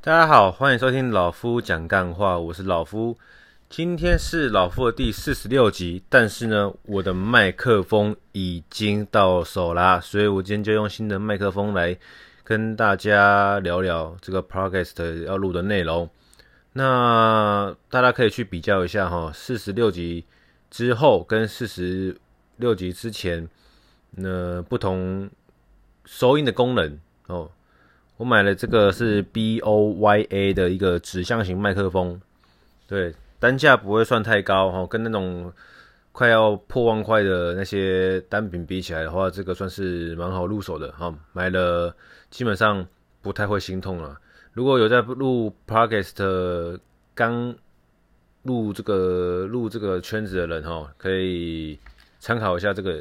大家好，欢迎收听老夫讲干话，我是老夫。今天是老夫的第46集，但是呢，我的麦克风已经到手啦，所以我今天就用新的麦克风来跟大家聊聊这个 podcast 要录的内容。那大家可以去比较一下46集之后跟46集之前，不同收音的功能哦。我买了这个是 BOYA 的一个指向型麦克风，对，单价不会算太高跟那种快要破万块的那些单品比起来的话，这个算是蛮好入手的买了基本上不太会心痛了。如果有在录 Podcast 刚录这个圈子的人可以参考一下这个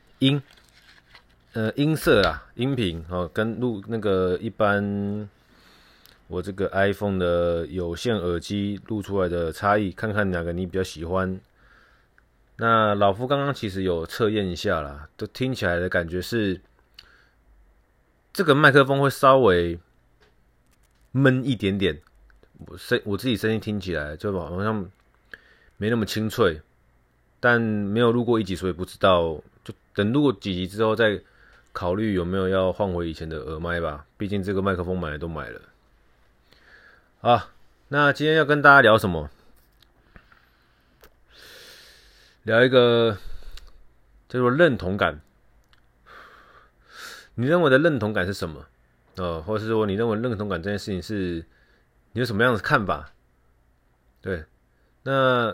音色啦，音频跟录那个一般我这个 iPhone 的有线耳机录出来的差异，看看哪个你比较喜欢。那老夫刚刚其实有测验一下啦，都听起来的感觉是这个麦克风会稍微闷一点点，我自己声音听起来就好像没那么清脆，但没有录过一集，所以不知道，就等录过几集之后再考虑有没有要换回以前的耳麦吧，毕竟这个麦克风买都买了。好，那今天要跟大家聊什么？聊一个叫做认同感。你认为的认同感是什么？或是说你认为认同感这件事情是你有什么样的看法？对，那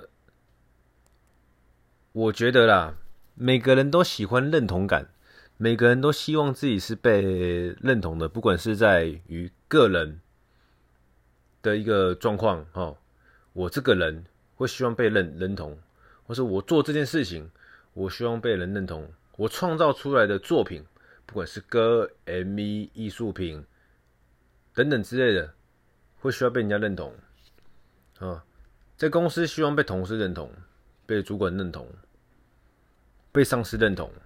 我觉得啦，每个人都喜欢认同感。每个人都希望自己是被认同的，不管是在于个人的一个状况我这个人会希望被认同，或是我做这件事情，我希望被人认同。我创造出来的作品，不管是歌、MV、艺术品等等之类的，会需要被人家认同在公司希望被同事认同，被主管认同，被上司认同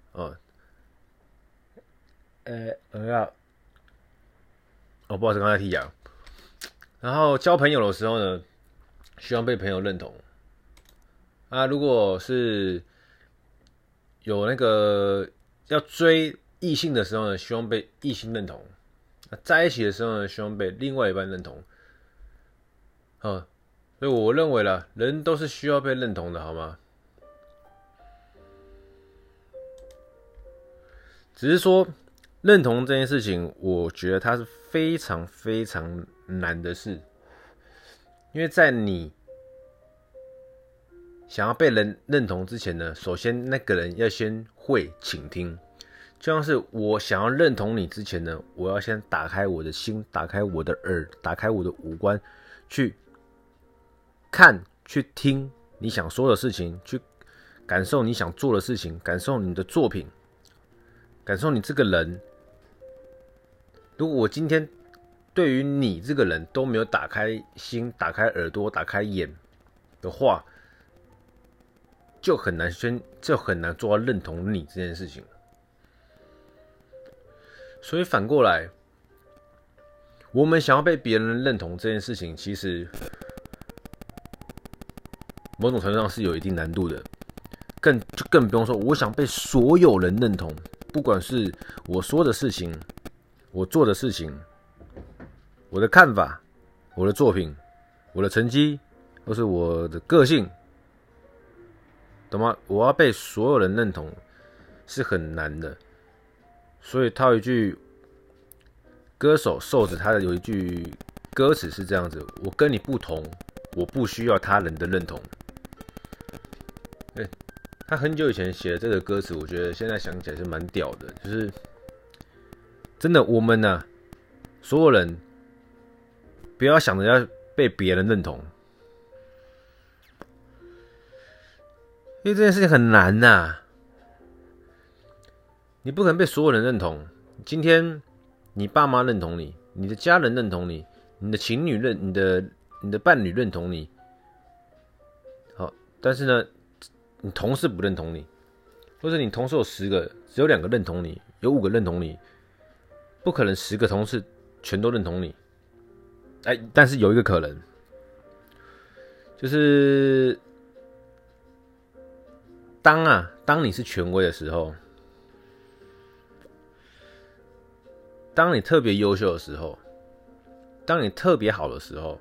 不好意思，刚才剔牙。然后交朋友的时候呢，希望被朋友认同。如果是有那个要追异性的时候呢，希望被异性认同。在一起的时候呢，希望被另外一半认同。所以我认为啦，人都是需要被认同的，好吗？只是说认同这件事情，我觉得它是非常非常难的事，因为在你想要被人认同之前呢，首先那个人要先会倾听。就像是我想要认同你之前呢，我要先打开我的心，打开我的耳，打开我的五官，去看、去听你想说的事情，去感受你想做的事情，感受你的作品，感受你这个人。如果我今天对于你这个人都没有打开心、打开耳朵、打开眼的话，就很难做到认同你这件事情。所以反过来，我们想要被别人认同这件事情，其实某种程度上是有一定难度的。更不用说，我想被所有人认同，不管是我说的事情、我做的事情、我的看法、我的作品、我的成绩，或是我的个性，懂吗？我要被所有人认同是很难的。所以套一句歌手瘦子他的有一句歌词是这样子：我跟你不同，我不需要他人的认同。他很久以前写的这个歌词，我觉得现在想起来是蛮屌的，就是真的我们所有人不要想着要被别人认同，因为这件事情很难你不可能被所有人认同。今天你爸妈认同你，你的家人认同你，你的情侣你的伴侣认同你，但是呢，你同事不认同你，或者你同事有10个，只有2个认同你，有5个认同你，不可能10个同事全都认同你。 但是有一个可能，就是当你是权威的时候，当你特别优秀的时候，当你特别好的时候，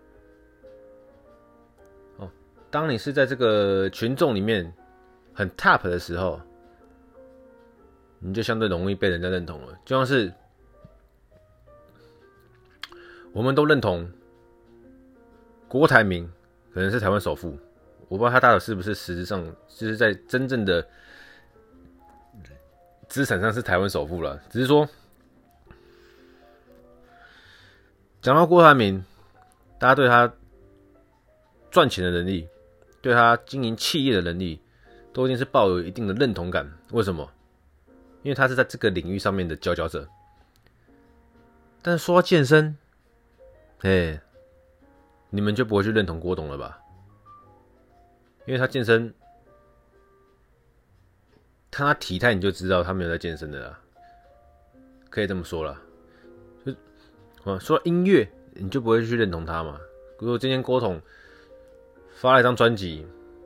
当你是在这个群众里面很 top 的时候，你就相对容易被人家认同了。就像是我们都认同郭台铭可能是台湾首富，我不知道他到底是不是实质上就是在真正的资产上是台湾首富了，只是说讲到郭台铭，大家对他赚钱的能力，对他经营企业的能力，都一定是抱有一定的认同感。为什么？因为他是在这个领域上面的佼佼者。但是说到健身，你们就不会去认同郭董了吧？因为他健身，看他体态你就知道他没有在健身的啦，可以这么说啦。说到音乐，你就不会去认同他嘛？如果今天郭董发了一张专辑，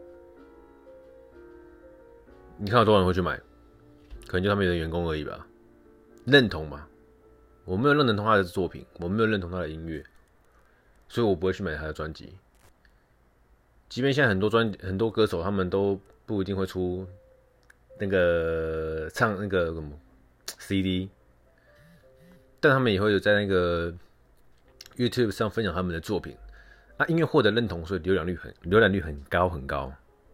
你看有多少人会去买？可能就他们的员工而已吧。认同嘛？我没有认同他的作品，我没有认同他的音乐，所以我不会去买他的专辑。即便现在很多歌手他们都不一定会出那个唱那个什么 CD， 但他们也会有在那个 YouTube 上分享他们的作品。音乐获得认同，所以浏览率很高很高。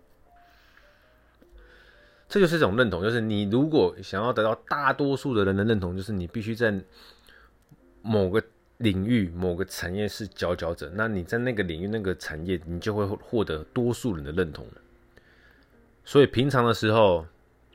这就是一种认同，就是你如果想要得到大多数的人的认同，就是你必须在某个领域、某个产业是佼佼者，那你在那个领域、那个产业，你就会获得多数人的认同。所以平常的时候，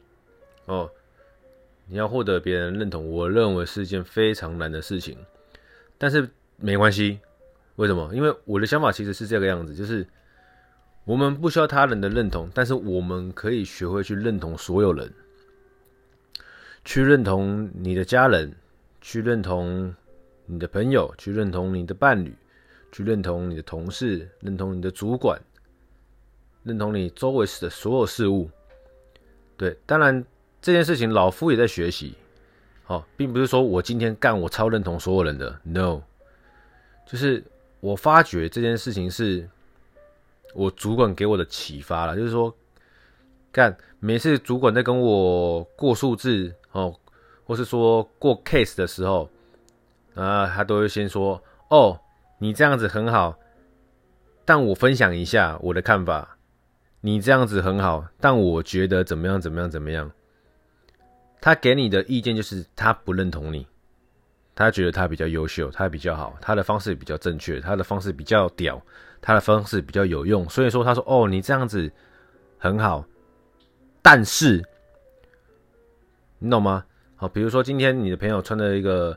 你要获得别人认同，我认为是一件非常难的事情。但是没关系，为什么？因为我的想法其实是这个样子，就是我们不需要他人的认同，但是我们可以学会去认同所有人，去认同你的家人，去认同你的朋友，去认同你的伴侣，去认同你的同事，认同你的主管，认同你周围的所有事物。对，当然这件事情老夫也在学习，并不是说我今天干我超认同所有人的 ，no， 就是我发觉这件事情是我主管给我的启发啦，就是说，每次主管在跟我过数字或是说过 case 的时候，他都会先说：“你这样子很好，但我分享一下我的看法。你这样子很好，但我觉得怎么样怎么样怎么样。”他给你的意见就是他不认同你，他觉得他比较优秀，他比较好，他的方式比较正确，他的方式比较屌，他的方式比较有用，所以说他说：“你这样子很好，但是你懂吗？”好，比如说今天你的朋友穿了一个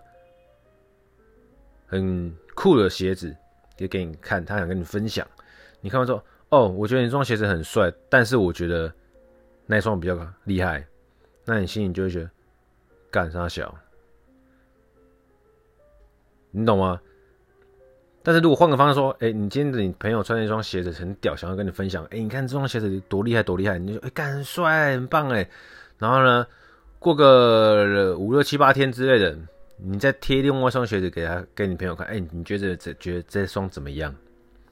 很酷的鞋子，就给你看，他想跟你分享。你看完说：“我觉得你这双鞋子很帅，但是我觉得那一双比较厉害。”那你心里就会觉得干啥小，你懂吗？但是如果换个方式说，你今天你朋友穿那双鞋子很屌，想要跟你分享，你看这双鞋子多厉害多厉害，你就说干很帅很棒然后呢，过个5、6、7、8天之类的，你再贴另外一双鞋子给你朋友看，你觉得这双怎么样？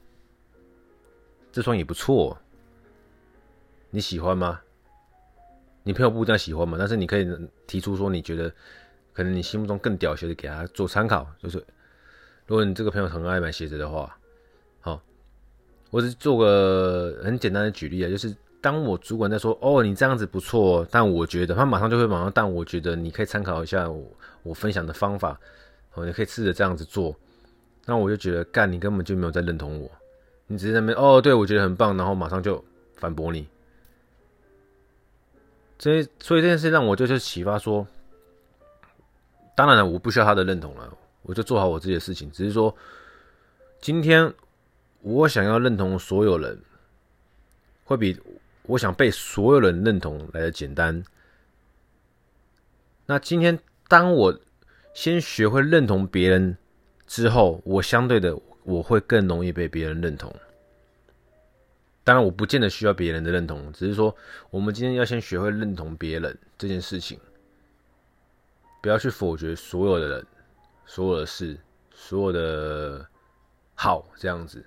这双也不错，你喜欢吗？你朋友不一定喜欢嘛，但是你可以提出说你觉得可能你心目中更屌的鞋子给他做参考，就是如果你这个朋友很爱买鞋子的话，我只做个很简单的举例啊，就是当我主管在说你这样子不错，但我觉得他马上，但我觉得你可以参考一下我分享的方法，你可以试着这样子做，那我就觉得你根本就没有在认同我，你只是在那边对我觉得很棒，然后马上就反驳你。所以这件事让我就是启发说，当然了，我不需要他的认同了，我就做好我自己的事情。只是说，今天我想要认同所有人，会比我想被所有人认同来的简单。那今天当我先学会认同别人之后，我相对的， 我会更容易被别人认同。当然，我不见得需要别人的认同，只是说我们今天要先学会认同别人这件事情，不要去否决所有的人、所有的事、所有的好这样子。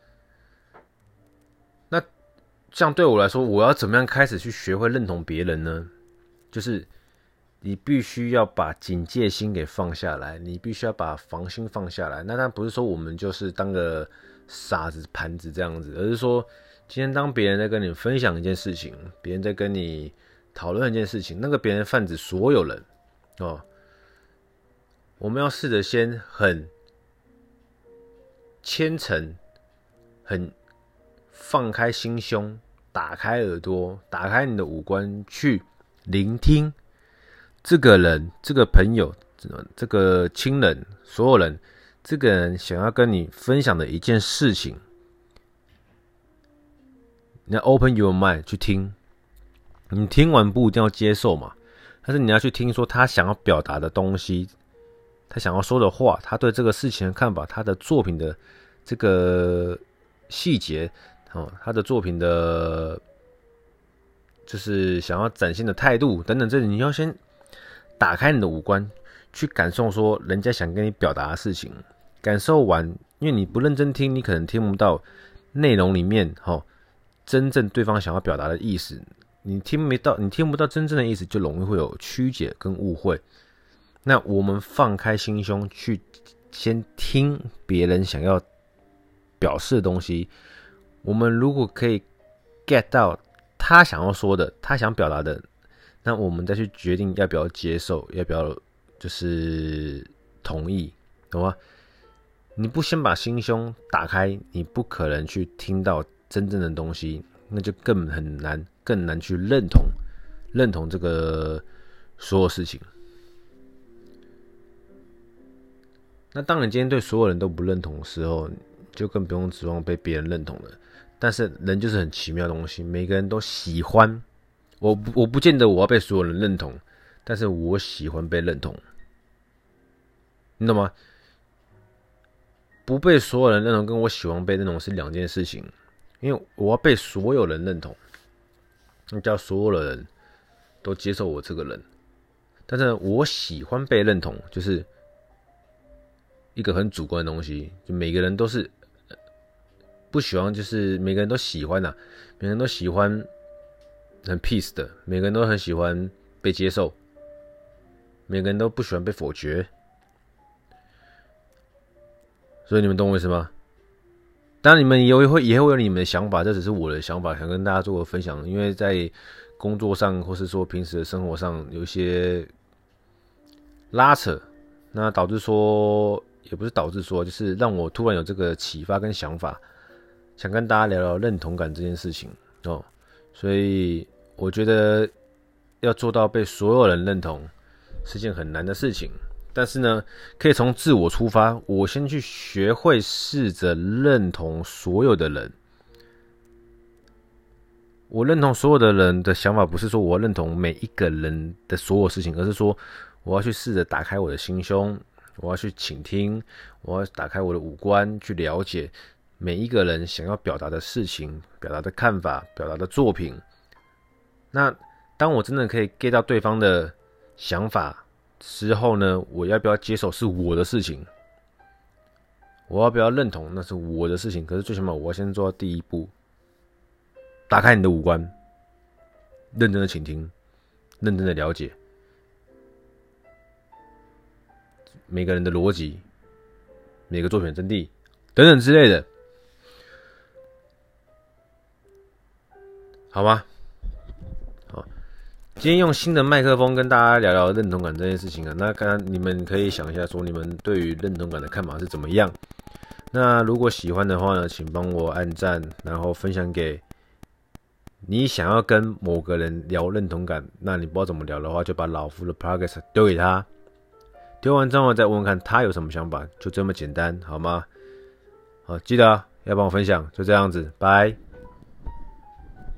那这样对我来说，我要怎么样开始去学会认同别人呢？就是你必须要把警戒心给放下来，你必须要把防心放下来。那当然不是说我们就是当个傻子、盘子这样子，而是说今天当别人在跟你分享一件事情，别人在跟你讨论一件事情，那个别人泛指所有人哦。我们要试着先很虔诚、很放开心胸，打开耳朵，打开你的五官，去聆听这个人、这个朋友、这个亲人、所有人，这个人想要跟你分享的一件事情，你要 open your mind 去听。你听完不一定要接受嘛，但是你要去听说他想要表达的东西，他想要说的话，他对这个事情的看法，他的作品的这个细节，他的作品的，就是想要展现的态度等等，这你要先打开你的五官，去感受说人家想跟你表达的事情。感受完，因为你不认真听，你可能听不到内容里面真正对方想要表达的意思。你听不到真正的意思，就容易会有曲解跟误会。那我们放开心胸去先听别人想要表示的东西，我们如果可以 get 到他想要说的，他想表达的，那我们再去决定要不要接受，要不要就是同意，懂吗？你不先把心胸打开，你不可能去听到真正的东西，那就更难去认同这个所有事情。那当你今天对所有人都不认同的时候，就更不用指望被别人认同了。但是人就是很奇妙的东西，每个人都喜欢。我不见得我要被所有人认同，但是我喜欢被认同，你懂吗？不被所有人认同跟我喜欢被认同是两件事情。因为我要被所有人认同，那叫所有的人都接受我这个人。但是我喜欢被认同，就是一个很主观的东西，就每个人都是不喜欢，就是每个人都喜欢啊，每个人都喜欢很 peace 的，每个人都很喜欢被接受，每个人都不喜欢被否决。所以你们懂我意思吗？当然你们也会有你们的想法，这只是我的想法，想跟大家做个分享。因为在工作上或是说平时的生活上有一些拉扯，那导致说也不是导致说，就是让我突然有这个启发跟想法，想跟大家聊聊认同感这件事情哦。所以我觉得要做到被所有人认同是件很难的事情。但是呢，可以从自我出发，我先去学会试着认同所有的人。我认同所有的人的想法，不是说我要认同每一个人的所有事情，而是说我要去试着打开我的心胸，我要去倾听，我要打开我的五官，去了解每一个人想要表达的事情、表达的看法、表达的作品。那当我真的可以 get 到对方的想法之后呢，我要不要接受是我的事情，我要不要认同那是我的事情。可是最起码我要先做到第一步，打开你的五官，认真的倾听，认真的了解每个人的逻辑，每个作品的真谛等等之类的，好吗？今天用新的麦克风跟大家聊聊认同感这件事情啊，那刚刚你们可以想一下，说你们对于认同感的看法是怎么样？那如果喜欢的话呢，请帮我按赞，然后分享给你想要跟某个人聊认同感，那你不知道怎么聊的话，就把老夫的 podcast 丢给他，丢完之后再问问看他有什么想法，就这么简单，好吗？好，记得要帮我分享，就这样子，拜。